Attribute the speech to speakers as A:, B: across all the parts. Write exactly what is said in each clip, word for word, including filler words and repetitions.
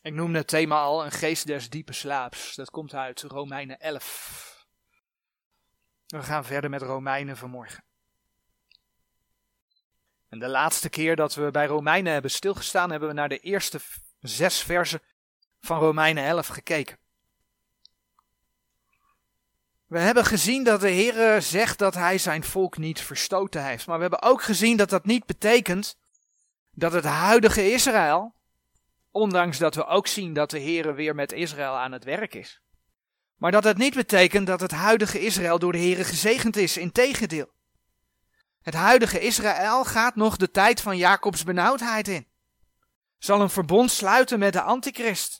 A: Ik noemde het thema al, een geest des diepe slaaps. Dat komt uit Romeinen elf. We gaan verder met Romeinen vanmorgen. En de laatste keer dat we bij Romeinen hebben stilgestaan, hebben we naar de eerste zes versen van Romeinen elf gekeken. We hebben gezien dat de Heer zegt dat hij zijn volk niet verstoten heeft. Maar we hebben ook gezien dat dat niet betekent dat het huidige Israël, ondanks dat we ook zien dat de Heer weer met Israël aan het werk is, maar dat het niet betekent dat het huidige Israël door de Heer gezegend is, integendeel. Het huidige Israël gaat nog de tijd van Jacobs benauwdheid in. Zal een verbond sluiten met de antichrist.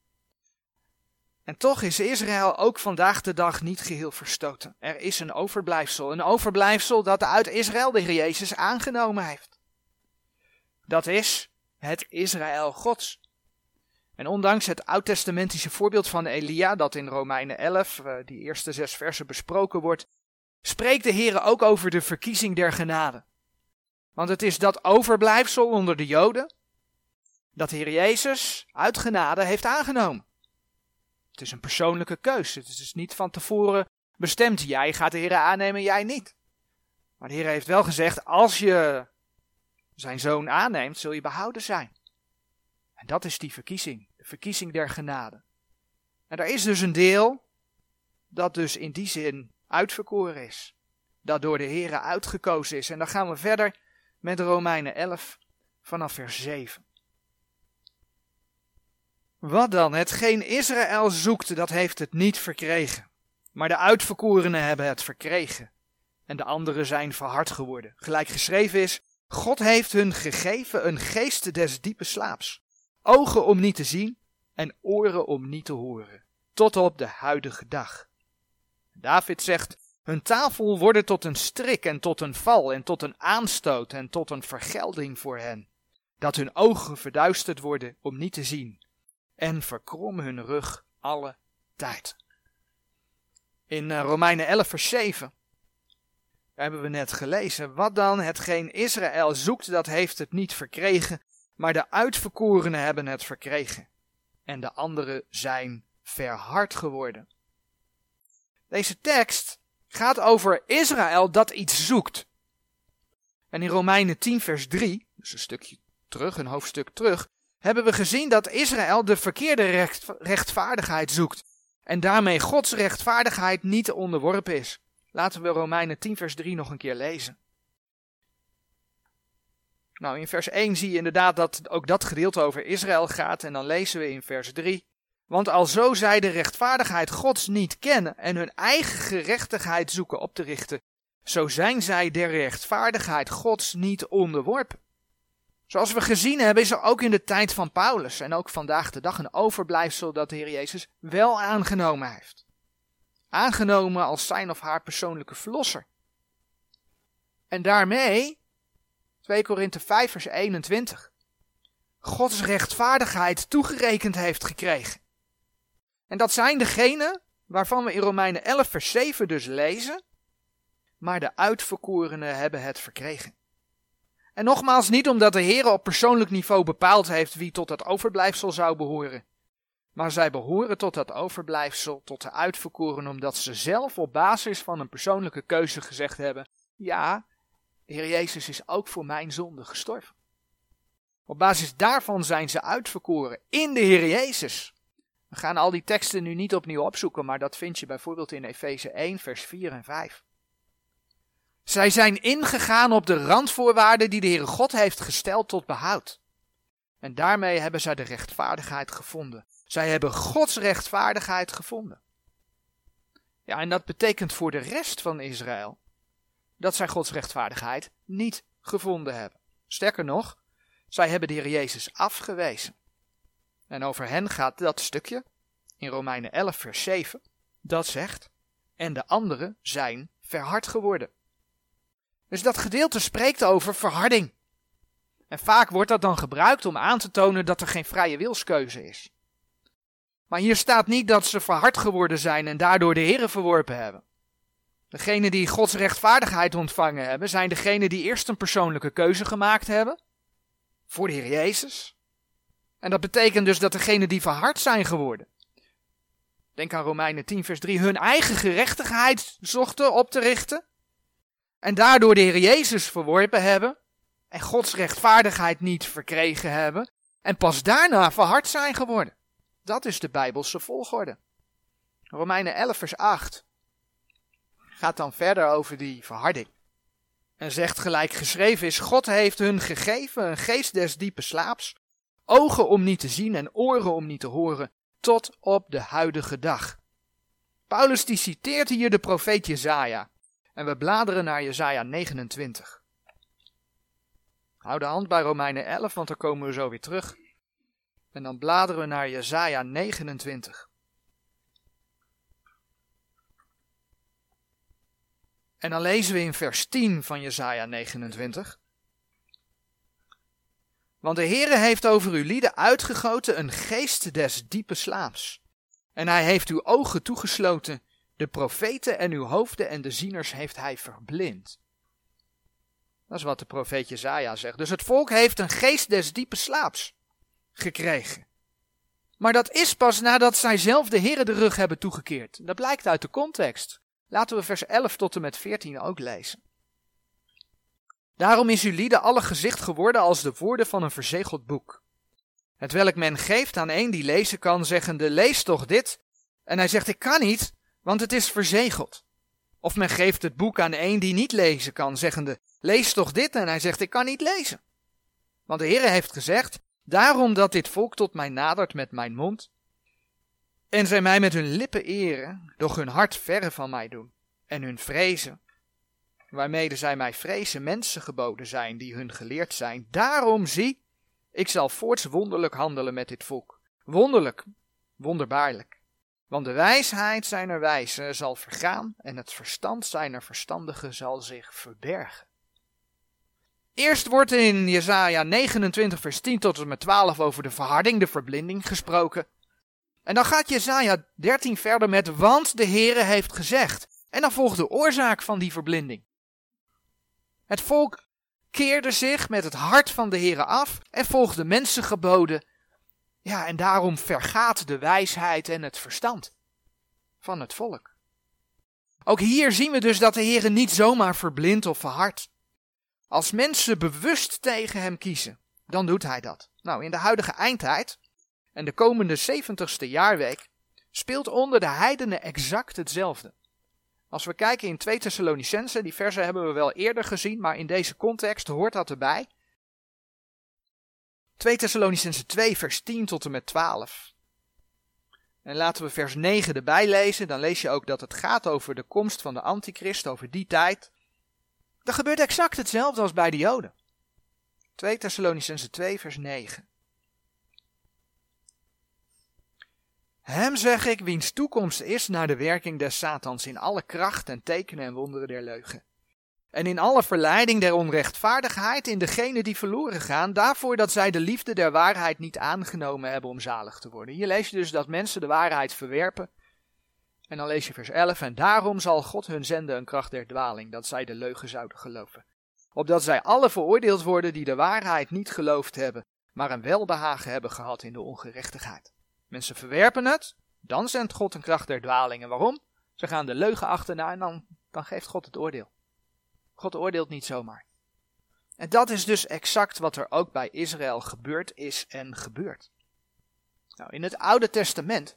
A: En toch is Israël ook vandaag de dag niet geheel verstoten. Er is een overblijfsel, een overblijfsel dat uit Israël de Heer Jezus aangenomen heeft. Dat is het Israël Gods. En ondanks het oud-testamentische voorbeeld van Elia, dat in Romeinen elf, die eerste zes versen besproken wordt, spreekt de Heer ook over de verkiezing der genade. Want het is dat overblijfsel onder de Joden, dat de Heer Jezus uit genade heeft aangenomen. Het is een persoonlijke keus. Het is niet van tevoren bestemd. Jij gaat de Heer aannemen, jij niet. Maar de Heer heeft wel gezegd, als je zijn zoon aanneemt, zul je behouden zijn. En dat is die verkiezing. De verkiezing der genade. En er is dus een deel dat dus in die zin uitverkoren is. Dat door de Heer uitgekozen is. En dan gaan we verder met Romeinen elf vanaf vers zeven. Wat dan? Hetgeen Israël zoekt, dat heeft het niet verkregen. Maar de uitverkorenen hebben het verkregen. En de anderen zijn verhard geworden. Gelijk geschreven is, God heeft hun gegeven een geest des diepe slaaps. Ogen om niet te zien en oren om niet te horen. Tot op de huidige dag. David zegt, hun tafel worden tot een strik en tot een val en tot een aanstoot en tot een vergelding voor hen. Dat hun ogen verduisterd worden om niet te zien. En verkrom hun rug alle tijd. In uh, Romeinen elf vers zeven hebben we net gelezen. Wat dan? Hetgeen Israël zoekt, dat heeft het niet verkregen. Maar de uitverkorenen hebben het verkregen. En de anderen zijn verhard geworden. Deze tekst gaat over Israël dat iets zoekt. En in Romeinen tien vers drie, dus een stukje terug, een hoofdstuk terug, hebben we gezien dat Israël de verkeerde recht, rechtvaardigheid zoekt. En daarmee Gods rechtvaardigheid niet onderworpen is. Laten we Romeinen tien vers drie nog een keer lezen. Nou, in vers één zie je inderdaad dat ook dat gedeelte over Israël gaat. En dan lezen we in vers drie. Want alzo zij de rechtvaardigheid Gods niet kennen en hun eigen gerechtigheid zoeken op te richten, zo zijn zij der rechtvaardigheid Gods niet onderworpen. Zoals we gezien hebben is er ook in de tijd van Paulus en ook vandaag de dag een overblijfsel dat de Heer Jezus wel aangenomen heeft. Aangenomen als zijn of haar persoonlijke verlosser. En daarmee, twee Korinthe vijf vers eenentwintig, Gods rechtvaardigheid toegerekend heeft gekregen. En dat zijn degenen waarvan we in Romeinen elf vers zeven dus lezen, maar de uitverkorenen hebben het verkregen. En nogmaals niet omdat de Heer op persoonlijk niveau bepaald heeft wie tot dat overblijfsel zou behoren. Maar zij behoren tot dat overblijfsel, tot de uitverkorenen, omdat ze zelf op basis van een persoonlijke keuze gezegd hebben, ja, de Heer Jezus is ook voor mijn zonde gestorven. Op basis daarvan zijn ze uitverkoren in de Heer Jezus. We gaan al die teksten nu niet opnieuw opzoeken, maar dat vind je bijvoorbeeld in Efeze één vers vier en vijf. Zij zijn ingegaan op de randvoorwaarden die de Heere God heeft gesteld tot behoud. En daarmee hebben zij de rechtvaardigheid gevonden. Zij hebben Gods rechtvaardigheid gevonden. Ja, en dat betekent voor de rest van Israël dat zij Gods rechtvaardigheid niet gevonden hebben. Sterker nog, zij hebben de Heer Jezus afgewezen. En over hen gaat dat stukje in Romeinen elf vers zeven, dat zegt, en de anderen zijn verhard geworden. Dus dat gedeelte spreekt over verharding. En vaak wordt dat dan gebruikt om aan te tonen dat er geen vrije wilskeuze is. Maar hier staat niet dat ze verhard geworden zijn en daardoor de Heere verworpen hebben. Degenen die Gods rechtvaardigheid ontvangen hebben, zijn degenen die eerst een persoonlijke keuze gemaakt hebben voor de Heer Jezus. En dat betekent dus dat degenen die verhard zijn geworden, denk aan Romeinen tien vers drie, hun eigen gerechtigheid zochten op te richten en daardoor de Heer Jezus verworpen hebben en Gods rechtvaardigheid niet verkregen hebben en pas daarna verhard zijn geworden. Dat is de Bijbelse volgorde. Romeinen elf vers acht gaat dan verder over die verharding. En zegt gelijk geschreven is, God heeft hun gegeven een geest des diepe slaaps, ogen om niet te zien en oren om niet te horen, tot op de huidige dag. Paulus die citeert hier de profeet Jesaja. En we bladeren naar Jesaja negenentwintig. Hou de hand bij Romeinen elf, want daar komen we zo weer terug. En dan bladeren we naar Jesaja negenentwintig. En dan lezen we in vers tien van Jesaja negenentwintig. Want de Heere heeft over uw lieden uitgegoten een geest des diepe slaaps. En hij heeft uw ogen toegesloten, de profeten en uw hoofden en de zieners heeft hij verblind. Dat is wat de profeet Jesaja zegt. Dus het volk heeft een geest des diepe slaaps gekregen. Maar dat is pas nadat zij zelf de Heere de rug hebben toegekeerd. Dat blijkt uit de context. Laten we vers elf tot en met veertien ook lezen. Daarom is uw lieden alle gezicht geworden als de woorden van een verzegeld boek. Hetwelk men geeft aan een die lezen kan, zeggende, lees toch dit. En hij zegt, ik kan niet, want het is verzegeld. Of men geeft het boek aan een die niet lezen kan, zeggende, lees toch dit. En hij zegt, ik kan niet lezen. Want de Heere heeft gezegd, daarom dat dit volk tot mij nadert met mijn mond, en zij mij met hun lippen eren, doch hun hart verre van mij doen, en hun vrezen, waarmede zij mij vrezen, mensen geboden zijn, die hun geleerd zijn. Daarom zie, ik zal voorts wonderlijk handelen met dit volk. Wonderlijk, wonderbaarlijk. Want de wijsheid zijner wijzen zal vergaan, en het verstand zijner verstandigen zal zich verbergen. Eerst wordt in Jesaja negenentwintig vers tien tot en met twaalf over de verharding, de verblinding gesproken. En dan gaat Jesaja dertien verder met, want de Heere heeft gezegd. En dan volgt de oorzaak van die verblinding. Het volk keerde zich met het hart van de Heere af en volgde mensengeboden. Ja, en daarom vergaat de wijsheid en het verstand van het volk. Ook hier zien we dus dat de Heere niet zomaar verblindt of verhardt. Als mensen bewust tegen hem kiezen, dan doet hij dat. Nou, in de huidige eindtijd en de komende zeventigste jaarweek speelt onder de heidenen exact hetzelfde. Als we kijken in twee Thessalonicenzen, die versen hebben we wel eerder gezien, maar in deze context hoort dat erbij. twee Thessalonicenzen twee vers tien tot en met twaalf. En laten we vers negen erbij lezen, dan lees je ook dat het gaat over de komst van de antichrist, over die tijd. Er gebeurt exact hetzelfde als bij de Joden. twee Thessalonicenzen twee vers negen. Hem zeg ik, wiens toekomst is naar de werking des Satans in alle kracht en tekenen en wonderen der leugen. En in alle verleiding der onrechtvaardigheid in degenen die verloren gaan, daarvoor dat zij de liefde der waarheid niet aangenomen hebben om zalig te worden. Hier lees je dus dat mensen de waarheid verwerpen. En dan lees je vers elf, en daarom zal God hun zenden een kracht der dwaling, dat zij de leugen zouden geloven. Opdat zij alle veroordeeld worden die de waarheid niet geloofd hebben, maar een welbehagen hebben gehad in de ongerechtigheid. Mensen verwerpen het, dan zendt God een kracht der dwaling. En waarom? Ze gaan de leugen achterna en dan, dan geeft God het oordeel. God oordeelt niet zomaar. En dat is dus exact wat er ook bij Israël gebeurd is en gebeurt. Nou, in het Oude Testament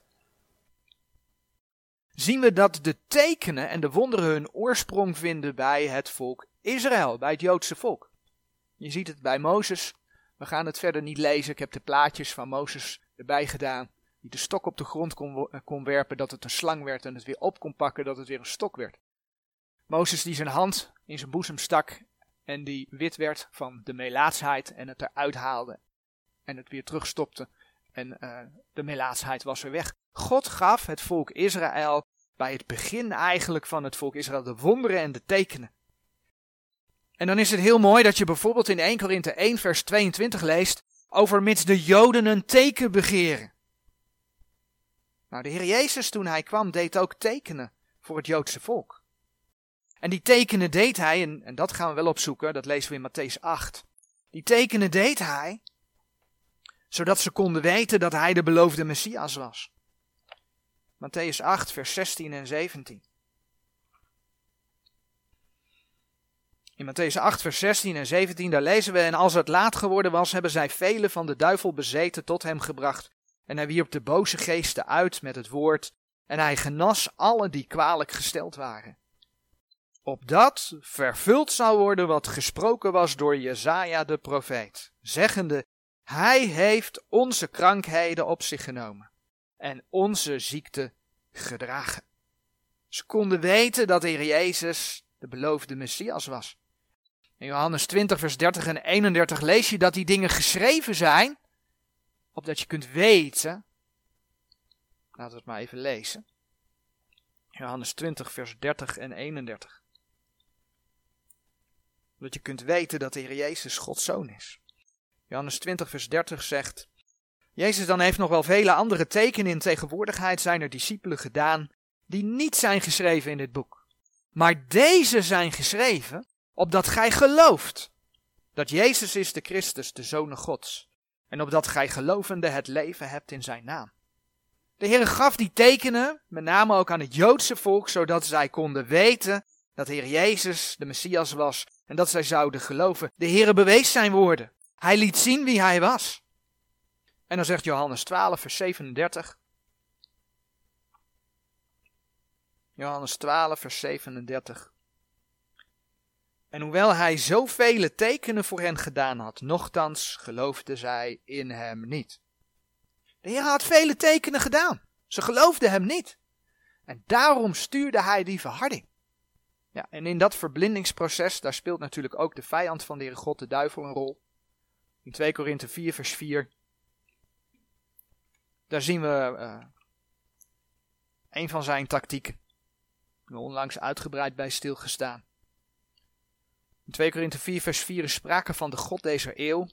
A: zien we dat de tekenen en de wonderen hun oorsprong vinden bij het volk Israël, bij het Joodse volk. Je ziet het bij Mozes. We gaan het verder niet lezen. Ik heb de plaatjes van Mozes erbij gedaan. Die de stok op de grond kon, kon werpen, dat het een slang werd en het weer op kon pakken, dat het weer een stok werd. Mozes die zijn hand in zijn boezem stak en die wit werd van de melaatsheid en het eruit haalde en het weer terugstopte en uh, de melaatsheid was weer weg. God gaf het volk Israël bij het begin eigenlijk van het volk Israël de wonderen en de tekenen. En dan is het heel mooi dat je bijvoorbeeld in Eerste Korinthe één vers tweeëntwintig leest over mits de Joden een teken begeren. Nou, de Heer Jezus toen hij kwam deed ook tekenen voor het Joodse volk. En die tekenen deed hij, en, en dat gaan we wel opzoeken, dat lezen we in Mattheüs acht. Die tekenen deed hij, zodat ze konden weten dat hij de beloofde Messias was. Mattheüs acht, vers zestien en zeventien. In Mattheüs acht, vers zestien en zeventien, daar lezen we: en als het laat geworden was, hebben zij velen van de duivel bezeten tot hem gebracht. En hij wierp de boze geesten uit met het woord. En hij genas allen die kwalijk gesteld waren. Opdat vervuld zou worden wat gesproken was door Jesaja de profeet, zeggende: hij heeft onze krankheden op zich genomen en onze ziekte gedragen. Ze konden weten dat de Heer Jezus de beloofde Messias was. In Johannes twintig, vers dertig en eenendertig lees je dat die dingen geschreven zijn, opdat je kunt weten. Laten we het maar even lezen. Johannes twintig, vers dertig en eenendertig. Dat je kunt weten dat de Heer Jezus Gods Zoon is. Johannes twintig, vers dertig zegt: Jezus dan heeft nog wel vele andere tekenen in tegenwoordigheid zijner discipelen gedaan, die niet zijn geschreven in dit boek. Maar deze zijn geschreven, opdat gij gelooft, dat Jezus is de Christus, de Zoon Gods, en opdat gij gelovende het leven hebt in zijn naam. De Heer gaf die tekenen, met name ook aan het Joodse volk, zodat zij konden weten dat de Heer Jezus de Messias was en dat zij zouden geloven. De Heer bewees zijn woorden. Hij liet zien wie hij was. En dan zegt Johannes twaalf, vers zevenendertig. Johannes twaalf, vers zevenendertig. En hoewel hij zoveel tekenen voor hen gedaan had, nochtans geloofden zij in hem niet. De Heer had vele tekenen gedaan. Ze geloofden hem niet. En daarom stuurde hij die verharding. Ja, en in dat verblindingsproces, daar speelt natuurlijk ook de vijand van de Heere God, de duivel, een rol. In twee Korinthe vier, vers vier. Daar zien we uh, een van zijn tactieken. Er onlangs uitgebreid bij stilgestaan. In twee Korinthe vier, vers vier is sprake van de God deze eeuw,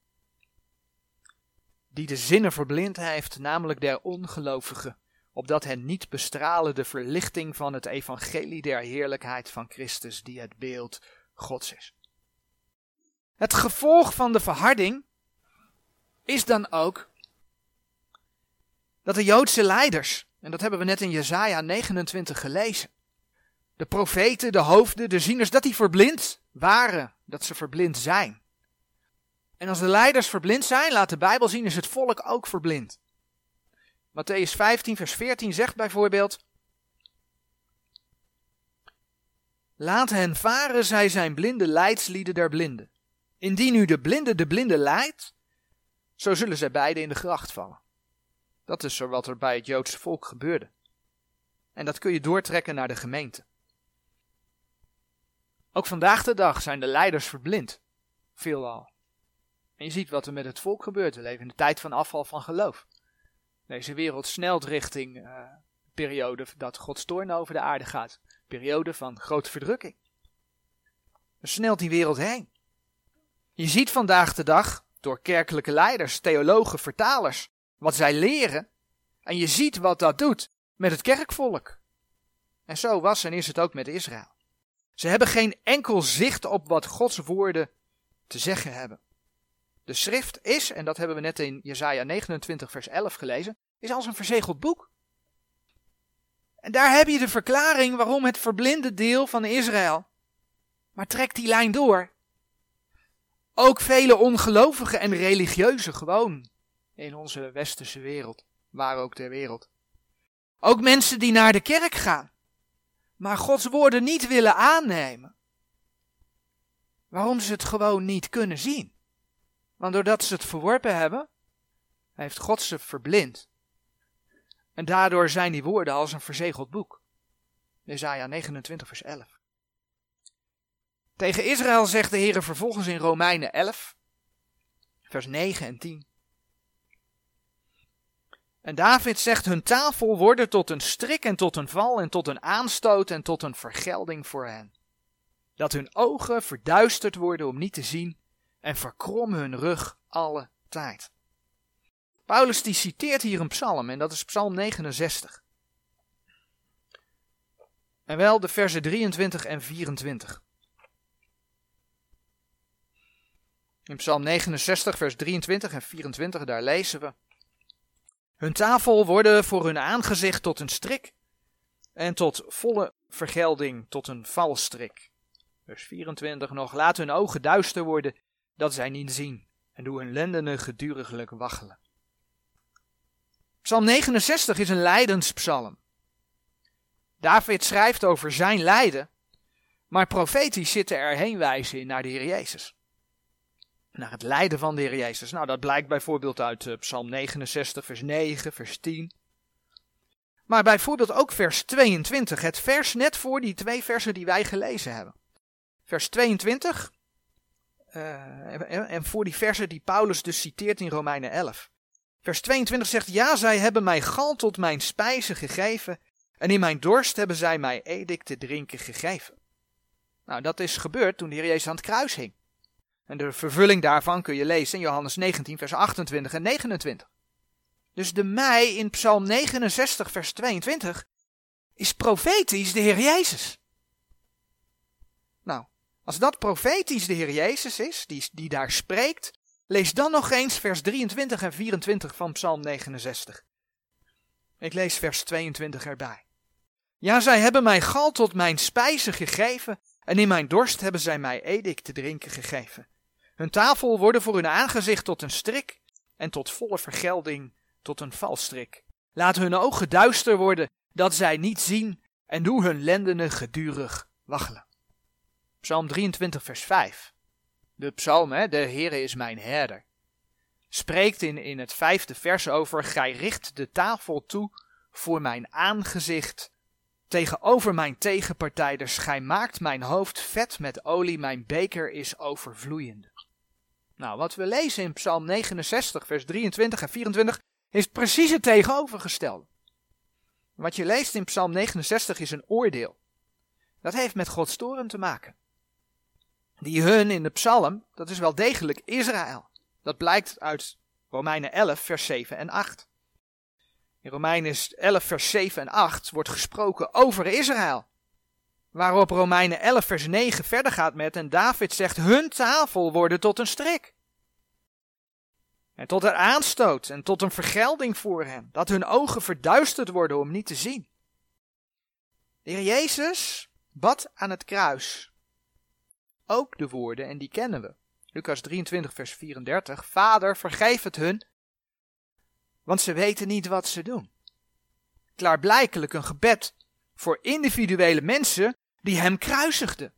A: die de zinnen verblind heeft, namelijk der ongelovigen, opdat hen niet bestralen de verlichting van het evangelie der heerlijkheid van Christus, die het beeld Gods is. Het gevolg van de verharding is dan ook dat de Joodse leiders, en dat hebben we net in Jesaja negenentwintig gelezen, de profeten, de hoofden, de zieners, dat die verblind waren, dat ze verblind zijn. En als de leiders verblind zijn, laat de Bijbel zien, is het volk ook verblind. Mattheüs vijftien, vers veertien zegt bijvoorbeeld: laat hen varen, zij zijn blinde leidslieden der blinden. Indien nu de blinde de blinde leidt, zo zullen zij beiden in de gracht vallen. Dat is zo wat er bij het Joodse volk gebeurde. En dat kun je doortrekken naar de gemeente. Ook vandaag de dag zijn de leiders verblind. Veelal. En je ziet wat er met het volk gebeurt. We leven in de tijd van afval van geloof. Deze wereld snelt richting uh, een periode dat Gods toorn over de aarde gaat. Een periode van grote verdrukking. Er snelt die wereld heen. Je ziet vandaag de dag, door kerkelijke leiders, theologen, vertalers, wat zij leren. En je ziet wat dat doet met het kerkvolk. En zo was en is het ook met Israël. Ze hebben geen enkel zicht op wat Gods woorden te zeggen hebben. De schrift is, en dat hebben we net in Jesaja negenentwintig vers elf gelezen, is als een verzegeld boek. En daar heb je de verklaring waarom het verblinde deel van Israël, maar trek die lijn door, ook vele ongelovigen en religieuzen gewoon in onze westerse wereld, waar ook ter wereld. Ook mensen die naar de kerk gaan, maar Gods woorden niet willen aannemen. Waarom ze het gewoon niet kunnen zien. Want doordat ze het verworpen hebben, heeft God ze verblind. En daardoor zijn die woorden als een verzegeld boek. Jesaja negenentwintig vers elf. Tegen Israël zegt de Heer vervolgens in Romeinen elf, vers negen en tien. En David zegt: hun tafel worden tot een strik en tot een val en tot een aanstoot en tot een vergelding voor hen. Dat hun ogen verduisterd worden om niet te zien en verkrom hun rug alle tijd. Paulus die citeert hier een psalm en dat is psalm negenenzestig. En wel de versen drieëntwintig en vierentwintig. In Psalm negenenzestig, vers drieëntwintig en vierentwintig, daar lezen we: hun tafel worden voor hun aangezicht tot een strik en tot volle vergelding tot een valstrik. Vers vierentwintig nog: laat hun ogen duister worden, dat zij niet zien, en doe hun lendenen geduriglijk waggelen. Psalm negenenzestig is een lijdenspsalm. David schrijft over zijn lijden, maar profetisch zitten er heenwijzen naar de Heer Jezus. Naar het lijden van de Heer Jezus. Nou, dat blijkt bijvoorbeeld uit uh, Psalm negenenzestig, vers negen, vers tien. Maar bijvoorbeeld ook vers tweeëntwintig, het vers net voor die twee versen die wij gelezen hebben. Vers tweeëntwintig, uh, en voor die versen die Paulus dus citeert in Romeinen elf. Vers tweeëntwintig zegt: ja, zij hebben mij gal tot mijn spijzen gegeven, en in mijn dorst hebben zij mij edik te drinken gegeven. Nou, dat is gebeurd toen de Heer Jezus aan het kruis hing. En de vervulling daarvan kun je lezen in Johannes negentien, vers achtentwintig en negenentwintig. Dus de mij in Psalm negenenzestig, vers tweeëntwintig, is profetisch de Heer Jezus. Nou, als dat profetisch de Heer Jezus is, die, die daar spreekt, lees dan nog eens vers drieëntwintig en vierentwintig van Psalm negenenzestig. Ik lees vers tweeëntwintig erbij. Ja, zij hebben mij gal tot mijn spijzen gegeven, en in mijn dorst hebben zij mij edik te drinken gegeven. Hun tafel worden voor hun aangezicht tot een strik, en tot volle vergelding tot een valstrik. Laat hun ogen duister worden, dat zij niet zien, en doe hun lendenen gedurig waggelen. Psalm drieëntwintig, vers vijf. De psalm, hè, de Heere is mijn herder, spreekt in, in het vijfde vers over: gij richt de tafel toe voor mijn aangezicht, tegenover mijn tegenpartijders. Gij maakt mijn hoofd vet met olie, mijn beker is overvloeiende. Nou, wat we lezen in Psalm negenenzestig, vers drieëntwintig en vierentwintig, is precies het tegenovergestelde. Wat je leest in Psalm negenenzestig is een oordeel. Dat heeft met Gods toorn te maken. Die hun in de psalm, dat is wel degelijk Israël. Dat blijkt uit Romeinen elf, vers zeven en acht. In Romeinen elf, vers zeven en acht wordt gesproken over Israël. Waarop Romeinen elf, vers negen verder gaat met: en David zegt: hun tafel worden tot een strik. En tot een aanstoot en tot een vergelding voor hen. Dat hun ogen verduisterd worden om niet te zien. De Heer Jezus bad aan het kruis ook de woorden, en die kennen we. Lucas drieëntwintig, vers vierendertig. Vader, vergeef het hun, want ze weten niet wat ze doen. Klaarblijkelijk een gebed voor individuele mensen die hem kruisigden.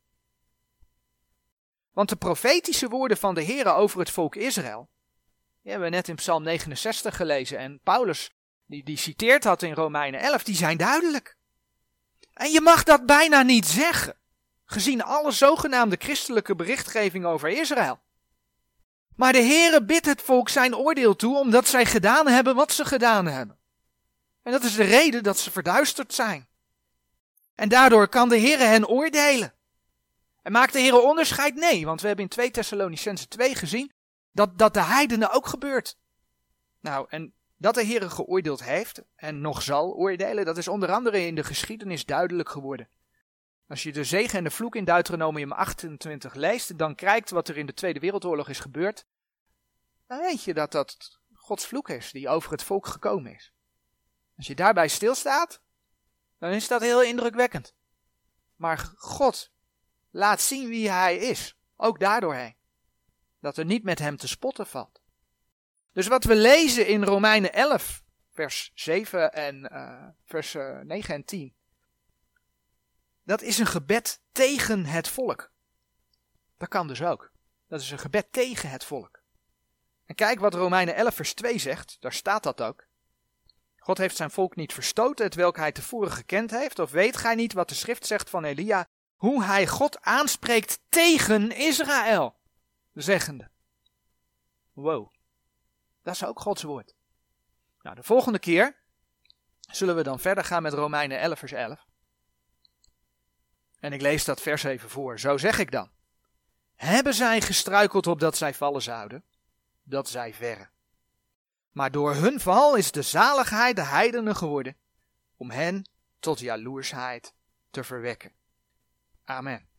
A: Want de profetische woorden van de Heere over het volk Israël, die hebben we net in Psalm negenenzestig gelezen, en Paulus, die, die citeert dat in Romeinen elf, die zijn duidelijk. En je mag dat bijna niet zeggen, gezien alle zogenaamde christelijke berichtgeving over Israël. Maar de Heere bidt het volk zijn oordeel toe, omdat zij gedaan hebben wat ze gedaan hebben. En dat is de reden dat ze verduisterd zijn. En daardoor kan de Heere hen oordelen. En maakt de Heere onderscheid? Nee, want we hebben in twee Thessalonicenzen twee gezien dat, dat de heidenen ook gebeurt. Nou, en dat de Heere geoordeeld heeft en nog zal oordelen, dat is onder andere in de geschiedenis duidelijk geworden. Als je de zegen en de vloek in Deuteronomium achtentwintig leest, dan kijkt wat er in de Tweede Wereldoorlog is gebeurd, dan weet je dat dat Gods vloek is die over het volk gekomen is. Als je daarbij stilstaat, dan is dat heel indrukwekkend. Maar God laat zien wie hij is, ook daardoorheen. Dat er niet met hem te spotten valt. Dus wat we lezen in Romeinen elf, vers zeven en uh, vers uh, negen en tien. Dat is een gebed tegen het volk. Dat kan dus ook. Dat is een gebed tegen het volk. En kijk wat Romeinen elf vers twee zegt, daar staat dat ook. God heeft zijn volk niet verstoten, hetwelk hij tevoren gekend heeft. Of weet gij niet wat de schrift zegt van Elia, hoe hij God aanspreekt tegen Israël, zeggende. Wow, dat is ook Gods woord. Nou, de volgende keer zullen we dan verder gaan met Romeinen elf vers elf. En ik lees dat vers even voor. Zo zeg ik dan. Hebben zij gestruikeld opdat zij vallen zouden? Dat zij verre. Maar door hun val is de zaligheid de heidenen geworden, om hen tot jaloersheid te verwekken. Amen.